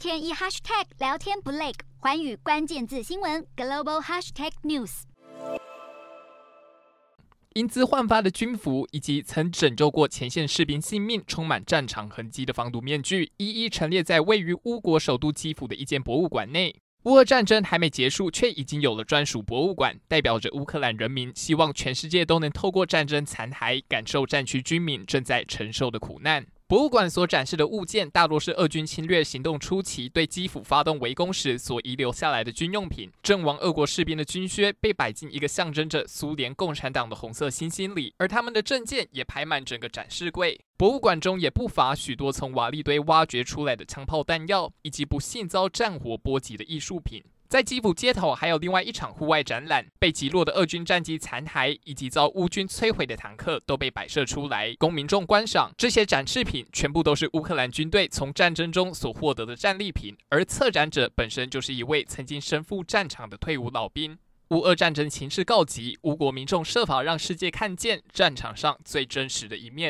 天一 hashtag 聊天不累，寰宇关键字新闻 global hashtag news。 英姿焕发的军服，以及曾拯救过前线士兵性命、充满战场痕迹的防毒面具，一一陈列在位于乌国首都基辅的一间博物馆内。乌俄战争还没结束，却已经有了专属博物馆，代表着乌克兰人民希望全世界都能透过战争残骸，感受战区军民正在承受的苦难。博物馆所展示的物件大多是俄军侵略行动初期对基辅发动围攻时所遗留下来的军用品。阵亡俄国士兵的军靴被摆进一个象征着苏联共产党的红色星星里，而他们的证件也排满整个展示柜。博物馆中也不乏许多从瓦砾堆挖掘出来的枪炮弹药，以及不幸遭战火波及的艺术品。在基辅街头还有另外一场户外展览，被击落的俄军战机残骸以及遭乌军摧毁的坦克都被摆设出来，供民众观赏。这些展示品全部都是乌克兰军队从战争中所获得的战利品，而策展者本身就是一位曾经身负战场的退伍老兵。乌俄战争情势告急，乌国民众设法让世界看见战场上最真实的一面。